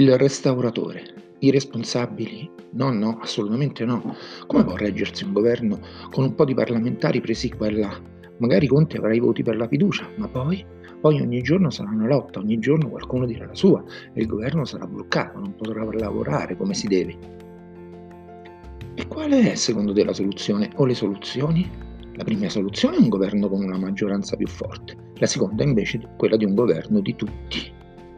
Il restauratore. I responsabili? No, no, assolutamente no. Come può reggersi un governo con un po' di parlamentari presi qua e là? Magari Conte avrà i voti per la fiducia, ma poi? Poi ogni giorno sarà una lotta, ogni giorno qualcuno dirà la sua e il governo sarà bloccato, non potrà lavorare come si deve. E qual è secondo te la soluzione o le soluzioni? La prima soluzione è un governo con una maggioranza più forte, la seconda invece è quella di un governo di tutti.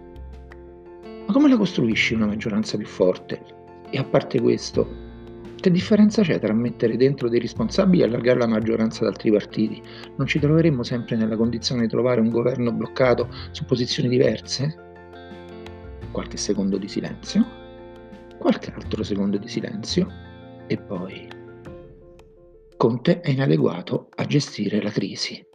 Ma come la costruisci una maggioranza più forte? E a parte questo, che differenza c'è tra mettere dentro dei responsabili e allargare la maggioranza ad altri partiti? Non ci troveremmo sempre nella condizione di trovare un governo bloccato su posizioni diverse? Qualche secondo di silenzio, qualche altro secondo di silenzio e poi Conte è inadeguato a gestire la crisi.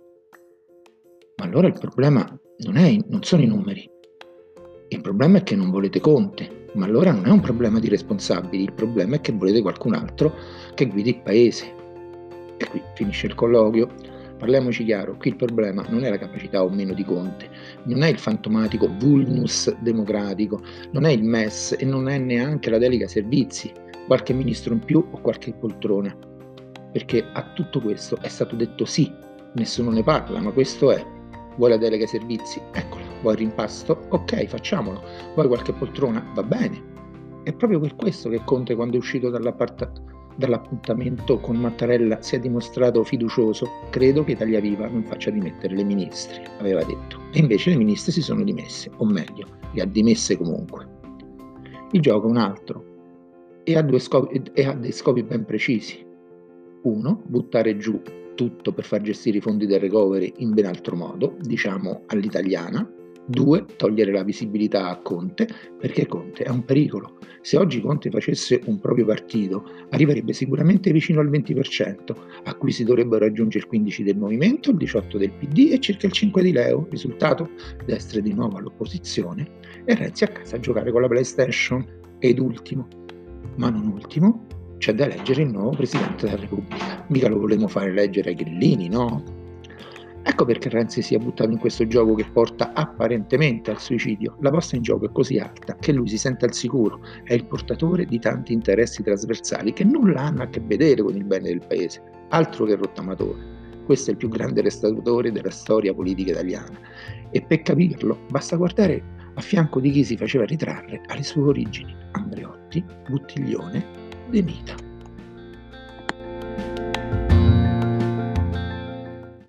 Ma allora il problema non sono i numeri. Il problema è che non volete Conte, ma allora non è un problema di responsabili, il problema è che volete qualcun altro che guidi il paese. E qui finisce il colloquio. Parliamoci chiaro, qui il problema non è la capacità o meno di Conte, non è il fantomatico vulnus democratico, non è il MES e non è neanche la delega servizi, qualche ministro in più o qualche poltrona. Perché a tutto questo è stato detto sì, nessuno ne parla, ma questo è. Vuoi la delega ai servizi? Eccola. Vuoi il rimpasto? Ok, facciamolo. Vuoi qualche poltrona? Va bene. È proprio per questo che Conte, quando è uscito dall'appuntamento con Mattarella, si è dimostrato fiducioso. Credo che Italia Viva non faccia dimettere le ministre, aveva detto. E invece le ministre si sono dimesse, o meglio, le ha dimesse comunque. Il gioco è un altro e ha dei scopi ben precisi. 1. Buttare giù tutto per far gestire i fondi del recovery in ben altro modo, diciamo all'italiana. 2. Togliere la visibilità a Conte, perché Conte è un pericolo. Se oggi Conte facesse un proprio partito, arriverebbe sicuramente vicino al 20%, a cui si dovrebbero aggiungere il 15% del Movimento, il 18% del PD e circa il 5% di Leo. Risultato? Destra di nuovo all'opposizione e Renzi a casa a giocare con la PlayStation. Ed ultimo, ma non ultimo, c'è da eleggere il nuovo Presidente della Repubblica. Mica lo volevamo fare eleggere ai grillini, no? Ecco perché Renzi si è buttato in questo gioco che porta apparentemente al suicidio. La posta in gioco è così alta che lui si sente al sicuro, è il portatore di tanti interessi trasversali che nulla hanno a che vedere con il bene del paese, altro che rottamatore. Questo è il più grande restauratore della storia politica italiana e per capirlo basta guardare a fianco di chi si faceva ritrarre alle sue origini, Andreotti, Buttiglione, De Mita.